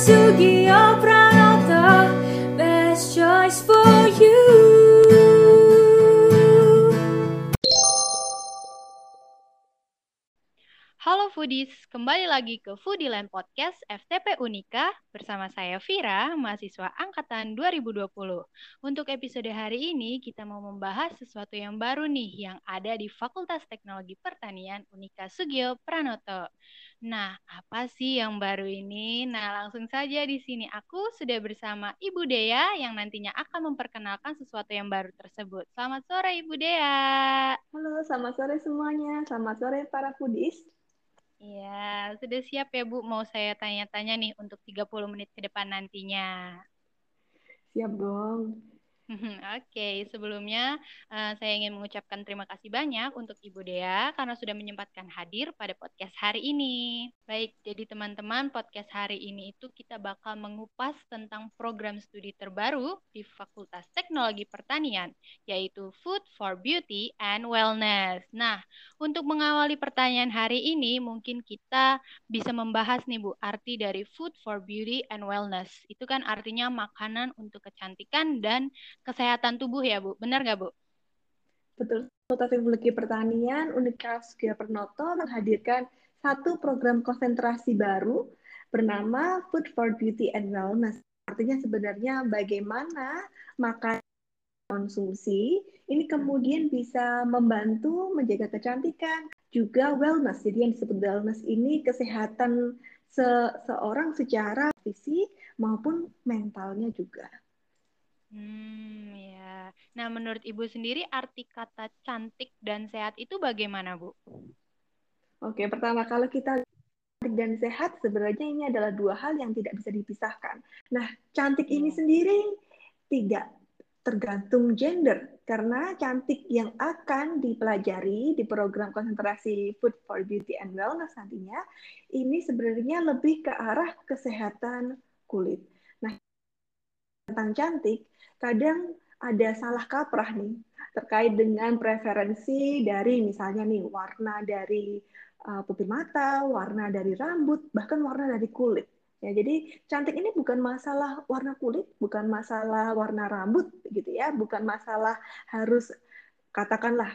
Sugio Pranoto, best choice for you. Halo Foodies, kembali lagi ke Foodieland Podcast FTP Unika bersama saya Vira, mahasiswa angkatan 2020. Untuk episode hari ini kita mau membahas sesuatu yang baru nih yang ada di Fakultas Teknologi Pertanian Unika Sugio Pranoto. Nah, apa sih yang baru ini? Nah, langsung saja di sini aku sudah bersama Ibu Dea yang nantinya akan memperkenalkan sesuatu yang baru tersebut. Selamat sore Ibu Dea. Halo, selamat sore semuanya. Selamat sore para foodies. Iya, sudah siap ya Bu, mau saya tanya-tanya nih untuk 30 menit ke depan nantinya. Siap dong. Oke, sebelumnya saya ingin mengucapkan terima kasih banyak untuk Ibu Dea karena sudah menyempatkan hadir pada podcast hari ini. Baik, jadi teman-teman, podcast hari ini itu kita bakal mengupas tentang program studi terbaru di Fakultas Teknologi Pertanian, yaitu Food for Beauty and Wellness. Nah, untuk mengawali pertanyaan hari ini, mungkin kita bisa membahas nih Bu, arti dari Food for Beauty and Wellness. Itu kan artinya makanan untuk kecantikan dan kesehatan tubuh ya Bu, benar nggak Bu? Betul. Fakultas Teknologi Pertanian Universitas Sugio Pranoto menghadirkan satu program konsentrasi baru bernama Food for Beauty and Wellness. Artinya sebenarnya bagaimana makanan konsumsi ini kemudian bisa membantu menjaga kecantikan, juga wellness. Jadi yang disebut wellness ini kesehatan seorang secara fisik maupun mentalnya juga. Ya. Nah, menurut Ibu sendiri arti kata cantik dan sehat itu bagaimana, Bu? Oke, pertama kalau kita cantik dan sehat sebenarnya ini adalah dua hal yang tidak bisa dipisahkan. Nah, cantik ini sendiri tidak tergantung gender karena cantik yang akan dipelajari di program konsentrasi Food for Beauty and Wellness nantinya ini sebenarnya lebih ke arah kesehatan kulit. Nah, tentang cantik, kadang ada salah kaprah nih terkait dengan preferensi dari misalnya nih warna dari pupil mata, warna dari rambut, bahkan warna dari kulit. Ya, jadi cantik ini bukan masalah warna kulit, bukan masalah warna rambut, gitu ya, bukan masalah harus katakanlah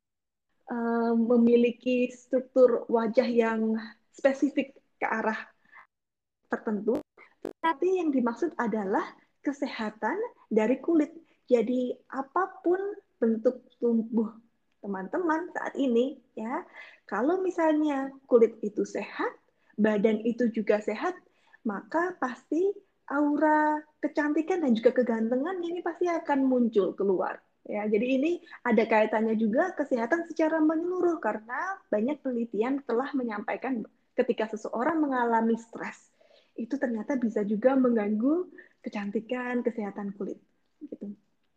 memiliki struktur wajah yang spesifik ke arah tertentu, tapi yang dimaksud adalah kesehatan dari kulit. Jadi apapun bentuk tubuh teman-teman saat ini, ya, kalau misalnya kulit itu sehat, badan itu juga sehat, maka pasti aura kecantikan dan juga kegantengan ini pasti akan muncul keluar. Ya, jadi ini ada kaitannya juga kesehatan secara menyeluruh karena banyak penelitian telah menyampaikan ketika seseorang mengalami stres itu ternyata bisa juga mengganggu kecantikan, kesehatan kulit. Gitu.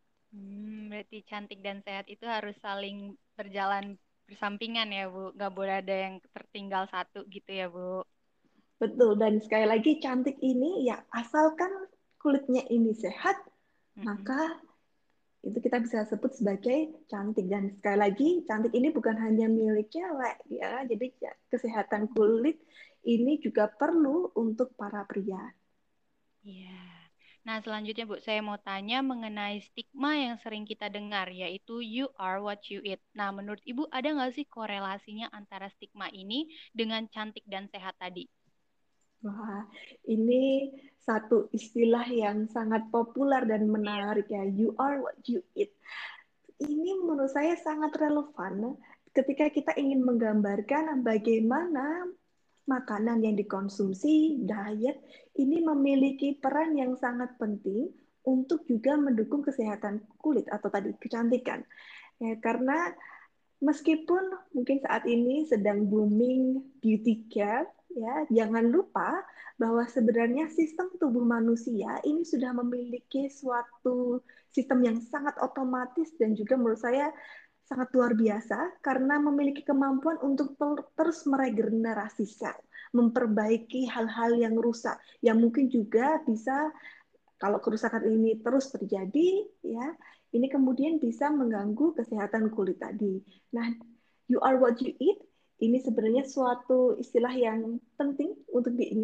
Berarti cantik dan sehat itu harus saling berjalan bersampingan ya Bu, nggak boleh ada yang tertinggal satu gitu ya Bu. Betul, dan sekali lagi cantik ini ya asalkan kulitnya ini sehat, maka itu kita bisa sebut sebagai cantik. Dan sekali lagi cantik ini bukan hanya milik cewek ya, jadi kesehatan kulit ini juga perlu untuk para pria. Iya. Nah, selanjutnya Bu, saya mau tanya mengenai stigma yang sering kita dengar, yaitu you are what you eat. Nah, menurut Ibu ada nggak sih korelasinya antara stigma ini dengan cantik dan sehat tadi? Wah, ini satu istilah yang sangat populer dan menarik ya. You are what you eat. Ini menurut saya sangat relevan ketika kita ingin menggambarkan bagaimana makanan yang dikonsumsi, diet, ini memiliki peran yang sangat penting untuk juga mendukung kesehatan kulit atau tadi kecantikan. Ya, karena meskipun mungkin saat ini sedang booming beauty care, ya, jangan lupa bahwa sebenarnya sistem tubuh manusia ini sudah memiliki suatu sistem yang sangat otomatis dan juga menurut saya sangat luar biasa karena memiliki kemampuan untuk terus meregenerasi sel, memperbaiki hal-hal yang rusak, yang mungkin juga bisa kalau kerusakan ini terus terjadi, ya, ini kemudian bisa mengganggu kesehatan kulit tadi. Nah, you are what you eat, ini sebenarnya suatu istilah yang penting untuk diingat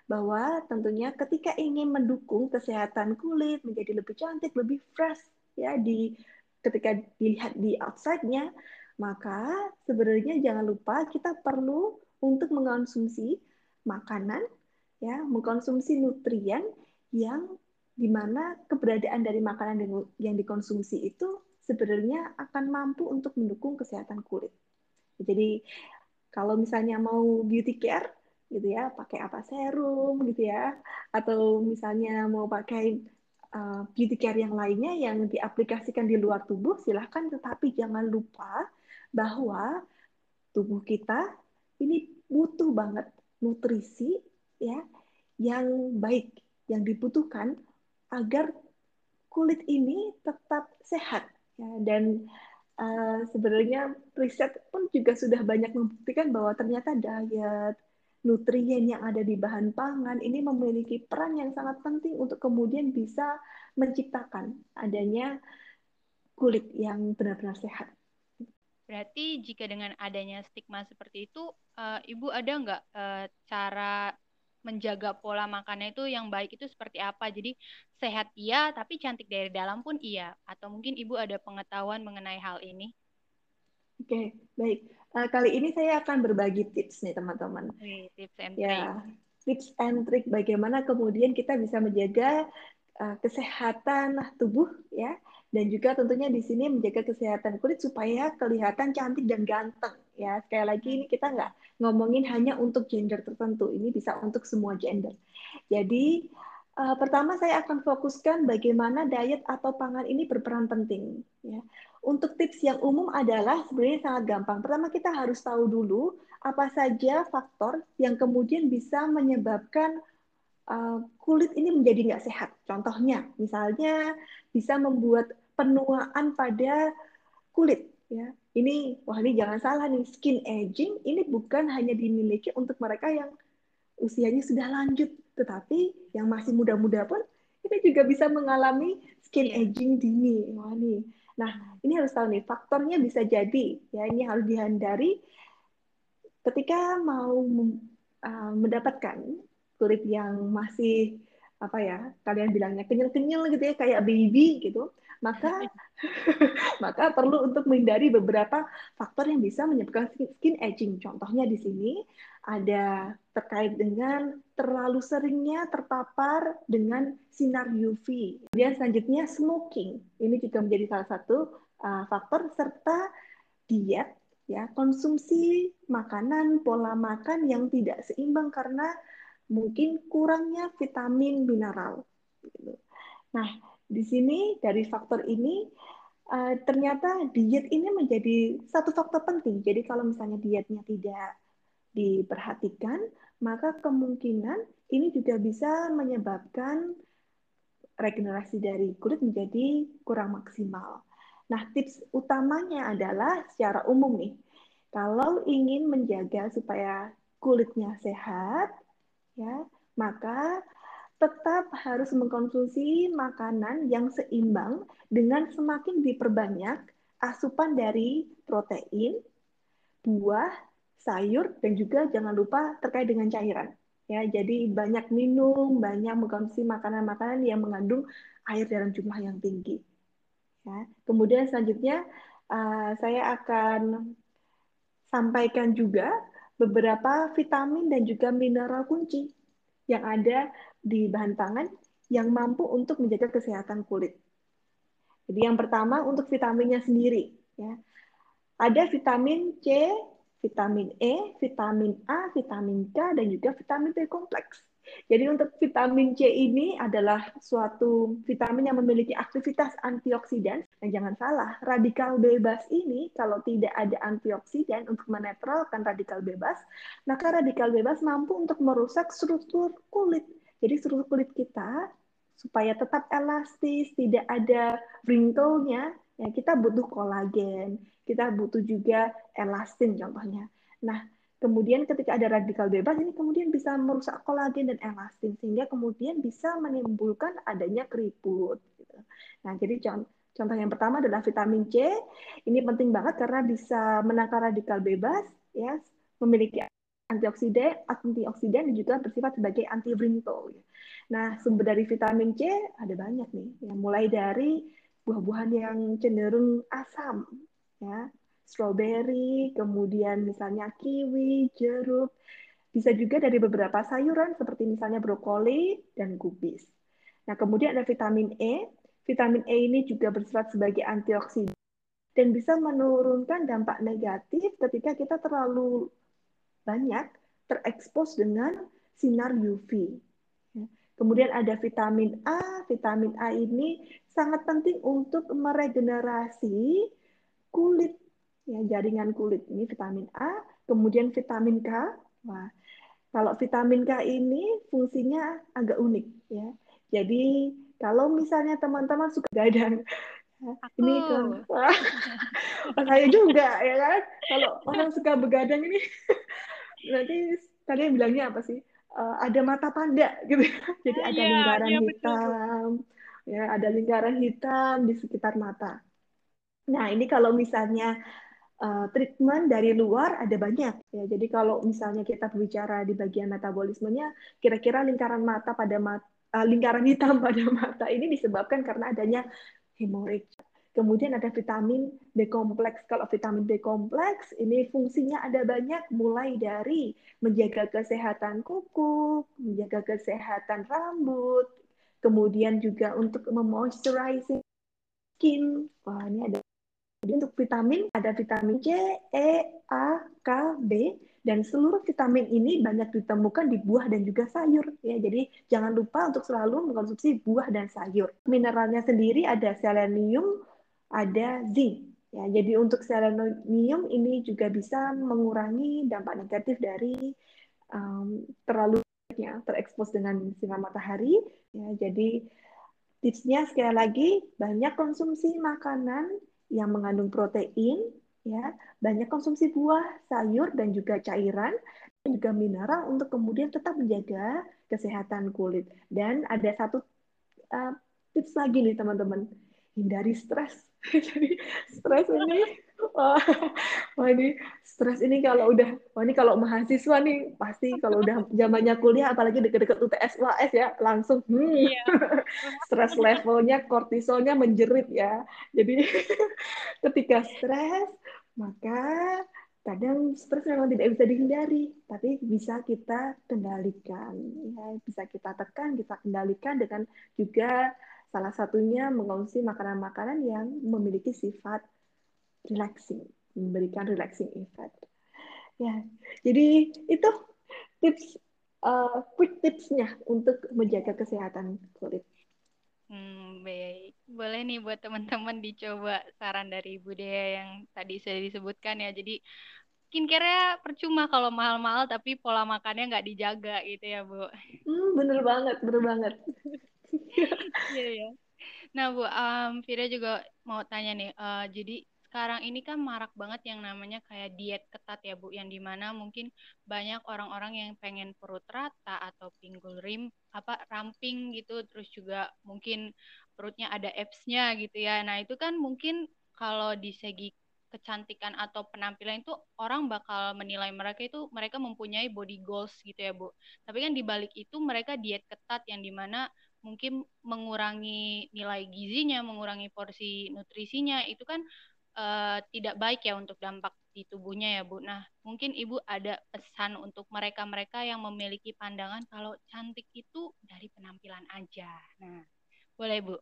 bahwa tentunya ketika ingin mendukung kesehatan kulit menjadi lebih cantik, lebih fresh ya ketika dilihat di outside-nya, maka sebenarnya jangan lupa kita perlu untuk mengkonsumsi makanan ya, mengkonsumsi nutrien yang dimana keberadaan dari makanan yang dikonsumsi itu sebenarnya akan mampu untuk mendukung kesehatan kulit. Jadi kalau misalnya mau beauty care gitu ya, pakai apa serum gitu ya, atau misalnya mau pakai beauty care yang lainnya yang diaplikasikan di luar tubuh, silahkan, tetapi jangan lupa bahwa tubuh kita ini butuh banget nutrisi ya yang baik, yang dibutuhkan agar kulit ini tetap sehat ya. Dan sebenarnya riset pun juga sudah banyak membuktikan bahwa ternyata diet, nutrien yang ada di bahan pangan ini memiliki peran yang sangat penting untuk kemudian bisa menciptakan adanya kulit yang benar-benar sehat. Berarti jika dengan adanya stigma seperti itu, Ibu ada nggak cara menjaga pola makannya itu yang baik itu seperti apa? Jadi sehat iya, tapi cantik dari dalam pun iya. Atau mungkin Ibu ada pengetahuan mengenai hal ini? Oke, baik. Kali ini saya akan berbagi tips nih teman-teman. Wih, tips and trick. Ya, tips and trick bagaimana kemudian kita bisa menjaga kesehatan tubuh ya, dan juga tentunya di sini menjaga kesehatan kulit supaya kelihatan cantik dan ganteng ya. Sekali lagi ini kita nggak ngomongin hanya untuk gender tertentu, ini bisa untuk semua gender. Jadi pertama saya akan fokuskan bagaimana diet atau pangan ini berperan penting ya. Untuk tips yang umum adalah sebenarnya sangat gampang. Pertama kita harus tahu dulu apa saja faktor yang kemudian bisa menyebabkan kulit ini menjadi nggak sehat. Contohnya, misalnya bisa membuat penuaan pada kulit. Ya, ini jangan salah nih, skin aging ini bukan hanya dimiliki untuk mereka yang usianya sudah lanjut, tetapi yang masih muda-muda pun kita juga bisa mengalami skin aging dini. Wah, nih. Nah, ini harus tahu nih, faktornya bisa jadi, ya ini harus dihindari ketika mau mendapatkan kulit yang masih apa ya, kalian bilangnya kenyal-kenyal gitu ya, kayak baby gitu, maka maka perlu untuk menghindari beberapa faktor yang bisa menyebabkan skin aging. Contohnya di sini ada terkait dengan terlalu seringnya terpapar dengan sinar UV. Kemudian selanjutnya smoking. Ini juga menjadi salah satu faktor, serta diet ya, konsumsi makanan, pola makan yang tidak seimbang karena mungkin kurangnya vitamin mineral. Nah, di sini dari faktor ini ternyata diet ini menjadi satu faktor penting. Jadi kalau misalnya dietnya tidak diperhatikan, maka kemungkinan ini juga bisa menyebabkan regenerasi dari kulit menjadi kurang maksimal. Nah, tips utamanya adalah secara umum nih, kalau ingin menjaga supaya kulitnya sehat, ya, maka tetap harus mengkonsumsi makanan yang seimbang dengan semakin diperbanyak asupan dari protein, buah, sayur, dan juga jangan lupa terkait dengan cairan. Ya, jadi banyak minum, banyak mengkonsumsi makanan-makanan yang mengandung air dalam jumlah yang tinggi. Ya. Kemudian selanjutnya saya akan sampaikan juga beberapa vitamin dan juga mineral kunci yang ada di bahan pangan yang mampu untuk menjaga kesehatan kulit. Jadi yang pertama untuk vitaminnya sendiri, ya. Ada vitamin C, vitamin E, vitamin A, vitamin K, dan juga vitamin B kompleks. Jadi untuk vitamin C ini adalah suatu vitamin yang memiliki aktivitas antioksidan. Dan jangan salah, radikal bebas ini kalau tidak ada antioksidan untuk menetralkan radikal bebas, maka radikal bebas mampu untuk merusak struktur kulit. Jadi struktur kulit kita supaya tetap elastis, tidak ada wrinkle-nya, ya kita butuh kolagen, kita butuh juga elastin contohnya. Nah, kemudian ketika ada radikal bebas ini kemudian bisa merusak kolagen dan elastin sehingga kemudian bisa menimbulkan adanya keriput. Gitu. Nah, jadi contoh yang pertama adalah vitamin C. Ini penting banget karena bisa menangkal radikal bebas, ya, memiliki antioksidan dan juga bersifat sebagai anti wrinkle. Nah, sumber dari vitamin C ada banyak nih, ya, mulai dari buah-buahan yang cenderung asam, ya, strawberry, kemudian misalnya kiwi, jeruk, bisa juga dari beberapa sayuran seperti misalnya brokoli dan kubis. Nah, kemudian ada vitamin E. Vitamin E ini juga bersifat sebagai antioksidan dan bisa menurunkan dampak negatif ketika kita terlalu banyak terekspos dengan sinar UV. Kemudian ada vitamin A. Vitamin A ini sangat penting untuk meregenerasi kulit, ya, jaringan kulit. Ini vitamin A. Kemudian vitamin K. Wah, kalau vitamin K ini fungsinya agak unik, ya. Jadi kalau misalnya teman-teman suka gadang, Aku. ini kan saya juga, ya kan. Kalau orang suka begadang ini nanti kalian bilangnya apa sih? Ada mata panda gitu. Jadi ada Iya, lingkaran iya betul, Bu. hitam, ya, ada lingkaran hitam di sekitar mata. Nah, ini kalau misalnya treatment dari luar ada banyak ya. Jadi kalau misalnya kita berbicara di bagian metabolismenya, kira-kira lingkaran mata pada lingkaran hitam pada mata ini disebabkan karena adanya hemorrhage. Kemudian ada vitamin B kompleks. Kalau vitamin B kompleks ini fungsinya ada banyak, mulai dari menjaga kesehatan kuku, menjaga kesehatan rambut, kemudian juga untuk memoisturizing skin. Wah, ini ada. Jadi untuk vitamin ada vitamin C, E, A, K, B, dan seluruh vitamin ini banyak ditemukan di buah dan juga sayur. Ya, jadi jangan lupa untuk selalu mengkonsumsi buah dan sayur. Mineralnya sendiri ada selenium, ada zinc. Ya, jadi untuk selenium ini juga bisa mengurangi dampak negatif dari terlalu ya, terekspos dengan sinar matahari. Ya, jadi tipsnya sekali lagi, banyak konsumsi makanan yang mengandung protein, ya, banyak konsumsi buah, sayur, dan juga cairan, dan juga mineral untuk kemudian tetap menjaga kesehatan kulit. Dan ada satu uh, tips lagi nih teman-teman, hindari stres. Jadi stres ini, wah, wah ini stres ini kalau udah, wah ini kalau mahasiswa nih pasti kalau udah zamannya kuliah, apalagi deket-deket UTS UAS ya, langsung Iya. stres levelnya, kortisolnya menjerit ya. Jadi ketika stres, maka kadang stres memang tidak bisa dihindari, tapi bisa kita kendalikan. Ya, bisa kita tekan, kita kendalikan dengan juga salah satunya mengonsumsi makanan-makanan yang memiliki sifat relaxing, memberikan relaxing effect. Ya, jadi itu tips quick tipsnya untuk menjaga kesehatan kulit. Baik. Boleh nih buat teman-teman dicoba saran dari Ibu Dea yang tadi sudah disebutkan ya. Jadi skincare-nya percuma kalau mahal-mahal tapi pola makannya nggak dijaga gitu ya, Bu. Bener banget, bener banget. Iya ya. Nah, Bu, Vira juga mau tanya nih. Jadi sekarang ini kan marak banget yang namanya kayak diet ketat ya, Bu, yang dimana mungkin banyak orang-orang yang pengen perut rata atau pinggul ramping gitu, terus juga mungkin perutnya ada abs-nya gitu ya. Nah, itu kan mungkin kalau di segi kecantikan atau penampilan itu orang bakal menilai mereka mempunyai body goals gitu ya, Bu. Tapi kan di balik itu mereka diet ketat yang dimana mungkin mengurangi nilai gizinya, mengurangi porsi nutrisinya, itu kan tidak baik ya untuk dampak di tubuhnya ya, Bu. Nah, mungkin Ibu ada pesan untuk mereka-mereka yang memiliki pandangan kalau cantik itu dari penampilan aja. Nah, boleh, Bu.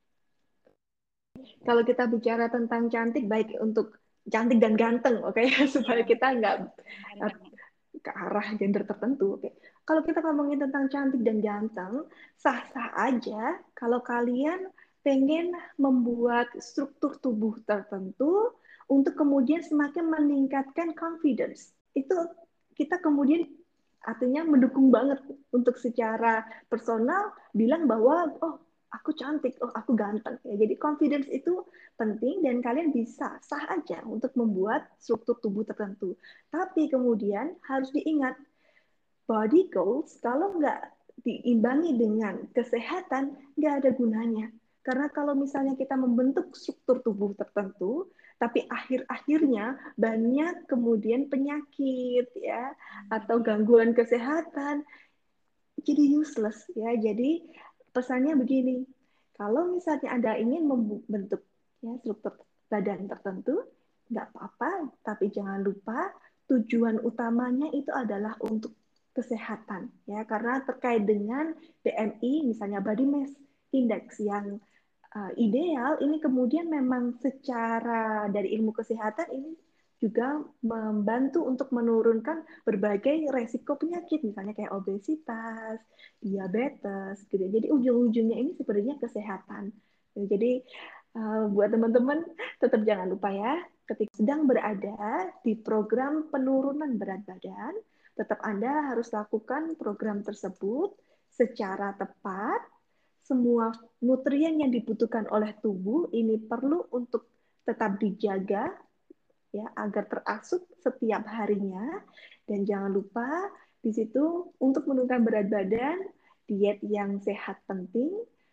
Kalau kita bicara tentang cantik, baik untuk cantik dan ganteng, oke, okay? Iya, Supaya kita nggak ganteng. ke arah gender tertentu. Oke. Okay? Kalau kita ngomongin tentang cantik dan ganteng, sah-sah aja kalau kalian pengen membuat struktur tubuh tertentu untuk kemudian semakin meningkatkan confidence. Itu kita kemudian artinya mendukung banget untuk secara personal bilang bahwa oh aku cantik, oh aku ganteng. Ya, jadi confidence itu penting dan kalian bisa sah aja untuk membuat struktur tubuh tertentu. Tapi kemudian harus diingat, body goals kalau nggak diimbangi dengan kesehatan, nggak ada gunanya. Karena kalau misalnya kita membentuk struktur tubuh tertentu, tapi akhir-akhirnya banyak kemudian penyakit ya atau gangguan kesehatan jadi useless ya. Jadi pesannya begini, kalau misalnya Anda ingin membentuk ya struktur badan tertentu, nggak apa-apa, tapi jangan lupa tujuan utamanya itu adalah untuk kesehatan ya, karena terkait dengan BMI misalnya body mass index yang ideal ini kemudian memang secara dari ilmu kesehatan ini juga membantu untuk menurunkan berbagai resiko penyakit misalnya kayak obesitas, diabetes gitu. Jadi ujung-ujungnya ini sebenarnya kesehatan. Jadi buat teman-teman tetap jangan lupa ya ketika sedang berada di program penurunan berat badan, tetap Anda harus lakukan program tersebut secara tepat. Semua nutrien yang dibutuhkan oleh tubuh ini perlu untuk tetap dijaga ya agar terasup setiap harinya, dan jangan lupa di situ untuk menurunkan berat badan diet yang sehat penting,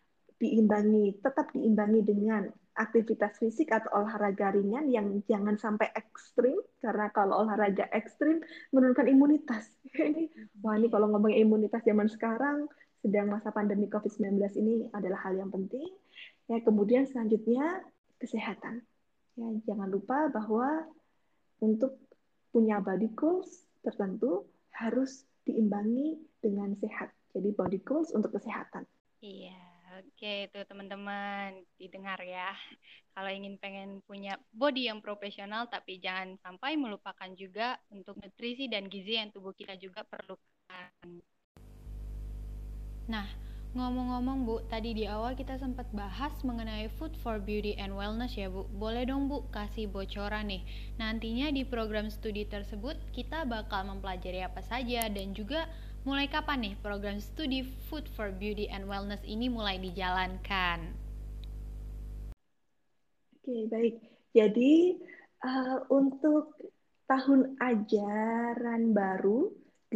tetap diimbangi dengan aktivitas fisik atau olahraga ringan yang jangan sampai ekstrim, karena kalau olahraga ekstrim menurunkan imunitas. Ini kalau ngomongin imunitas zaman sekarang sedang masa pandemi COVID-19 ini adalah hal yang penting. Ya, kemudian selanjutnya kesehatan. Ya, jangan lupa bahwa untuk punya body goals tertentu harus diimbangi dengan sehat. Jadi body goals untuk kesehatan. Iya, oke itu teman-teman didengar ya. Kalau pengen punya body yang profesional, tapi jangan sampai melupakan juga untuk nutrisi dan gizi yang tubuh kita juga perlukan. Nah, ngomong-ngomong Bu, tadi di awal kita sempat bahas mengenai food for beauty and wellness ya Bu. Boleh dong Bu kasih bocoran nih. Nantinya di program studi tersebut kita bakal mempelajari apa saja dan juga mulai kapan nih program studi food for beauty and wellness ini mulai dijalankan? Oke, baik. Jadi untuk tahun ajaran baru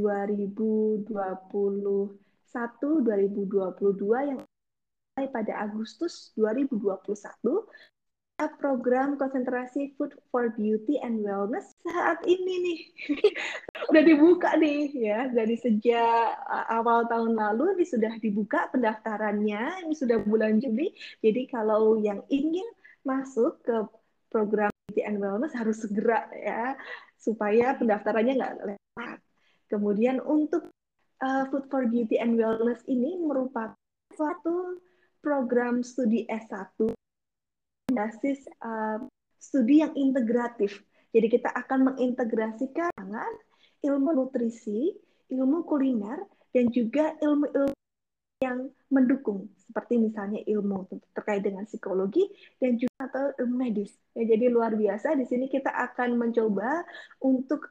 2021-2022 yang mulai pada Agustus 2021, program konsentrasi Food for Beauty and Wellness saat ini nih udah dibuka nih ya, dari sejak awal tahun lalu ini sudah dibuka pendaftarannya, ini sudah bulan Juli. Jadi kalau yang ingin masuk ke program Beauty and Wellness harus segera ya, supaya pendaftarannya nggak lewat. Kemudian untuk Food for Beauty and Wellness ini merupakan suatu program studi S1 basis studi yang integratif. Jadi kita akan mengintegrasikan ilmu nutrisi, ilmu kuliner, dan juga ilmu-ilmu yang mendukung, seperti misalnya ilmu terkait dengan psikologi dan juga atau ilmu medis. Ya, jadi luar biasa. Di sini kita akan mencoba untuk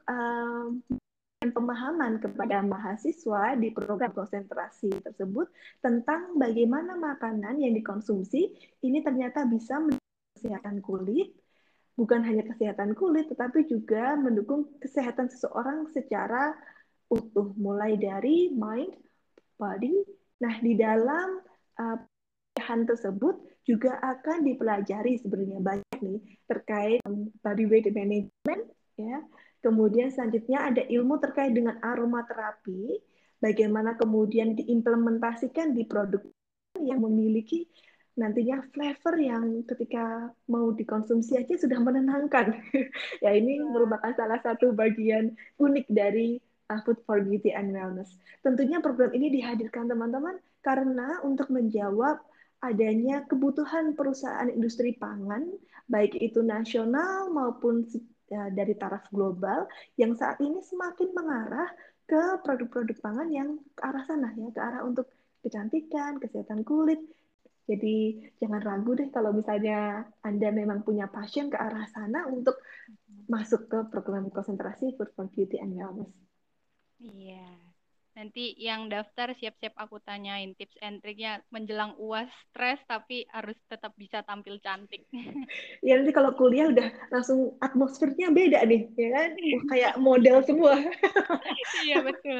pemahaman kepada mahasiswa di program konsentrasi tersebut tentang bagaimana makanan yang dikonsumsi ini ternyata bisa kesehatan kulit, bukan hanya kesehatan kulit, tetapi juga mendukung kesehatan seseorang secara utuh, mulai dari mind, body. Nah, di dalam pilihan tersebut juga akan dipelajari sebenarnya banyak nih terkait body weight management, ya. Kemudian selanjutnya ada ilmu terkait dengan aromaterapi, bagaimana kemudian diimplementasikan di produk yang memiliki nantinya flavor yang ketika mau dikonsumsi aja sudah menenangkan. Ya, ini merupakan salah satu bagian unik dari Food for Beauty and Wellness. Tentunya program ini dihadirkan teman-teman karena untuk menjawab adanya kebutuhan perusahaan industri pangan, baik itu nasional maupun dari taraf global, yang saat ini semakin mengarah ke produk-produk pangan yang ke arah sana, ya, ke arah untuk kecantikan, kesehatan kulit. Jadi jangan ragu deh kalau misalnya Anda memang punya passion ke arah sana untuk masuk ke program konsentrasi Food for Beauty and Wellness. Iya. Nanti yang daftar siap-siap aku tanyain tips and triknya menjelang UAS stres tapi harus tetap bisa tampil cantik. Ya nanti kalau kuliah udah langsung atmosfernya beda nih, ya kan? Wah, kayak model semua. Iya betul.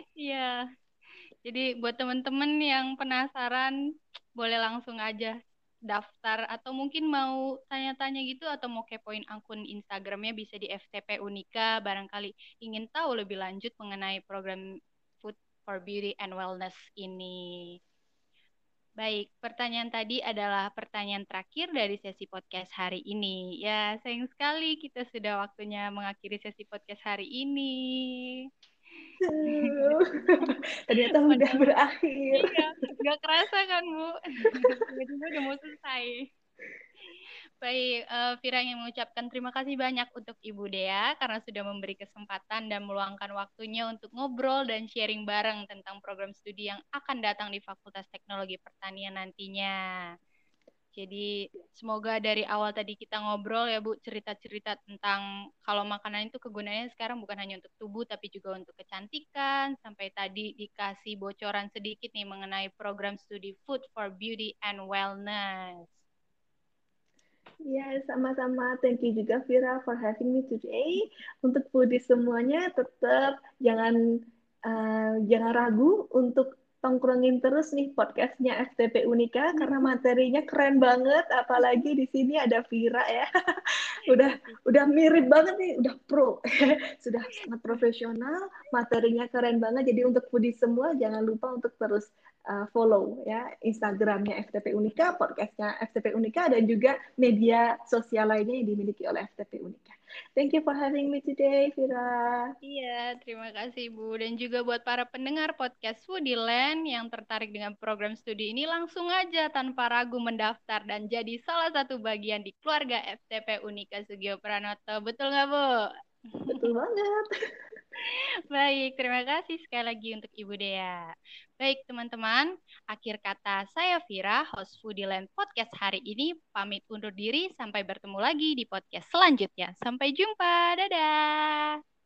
Iya. Jadi buat teman-teman yang penasaran boleh langsung aja daftar atau mungkin mau tanya-tanya gitu atau mau kepoin akun Instagramnya bisa di FTP Unika, barangkali ingin tahu lebih lanjut mengenai program Food for Beauty and Wellness ini. Baik, pertanyaan tadi adalah pertanyaan terakhir dari sesi podcast hari ini. Ya, sayang sekali kita sudah waktunya mengakhiri sesi podcast hari ini. Ternyata udah Padahal, berakhir. iya, nggak kerasa kan, Bu? Tiba-tiba udah mau selesai. Baik, Vira ingin mengucapkan terima kasih banyak untuk Ibu Dea karena sudah memberi kesempatan dan meluangkan waktunya untuk ngobrol dan sharing bareng tentang program studi yang akan datang di Fakultas Teknologi Pertanian nantinya. Jadi semoga dari awal tadi kita ngobrol ya Bu, cerita-cerita tentang kalau makanan itu kegunaannya sekarang bukan hanya untuk tubuh tapi juga untuk kecantikan. Sampai tadi dikasih bocoran sedikit nih mengenai program studi Food for Beauty and Wellness. Ya, sama-sama. Thank you juga Vira for having me today. Untuk foodies semuanya tetap jangan ragu untuk tongkrongin terus nih podcastnya FTP Unika karena materinya keren banget. Apalagi di sini ada Vira ya. udah mirip banget nih, udah pro. Sudah sangat profesional, materinya keren banget. Jadi untuk foodies semua jangan lupa untuk terus follow ya Instagramnya FTP Unika, podcastnya FTP Unika, dan juga media sosial lainnya yang dimiliki oleh FTP Unika. Thank you for having me today, Vira. Iya, terima kasih Bu. Dan juga buat para pendengar podcast Foodieland yang tertarik dengan program studi ini, langsung aja tanpa ragu mendaftar dan jadi salah satu bagian di keluarga FTP Unika Sugio Pranoto. Betul nggak Bu? Betul banget. Baik, terima kasih sekali lagi untuk Ibu Dea. Baik, teman-teman, akhir kata saya Vira, host Foodieland Podcast hari ini, pamit undur diri sampai bertemu lagi di podcast selanjutnya. Sampai jumpa, dadah!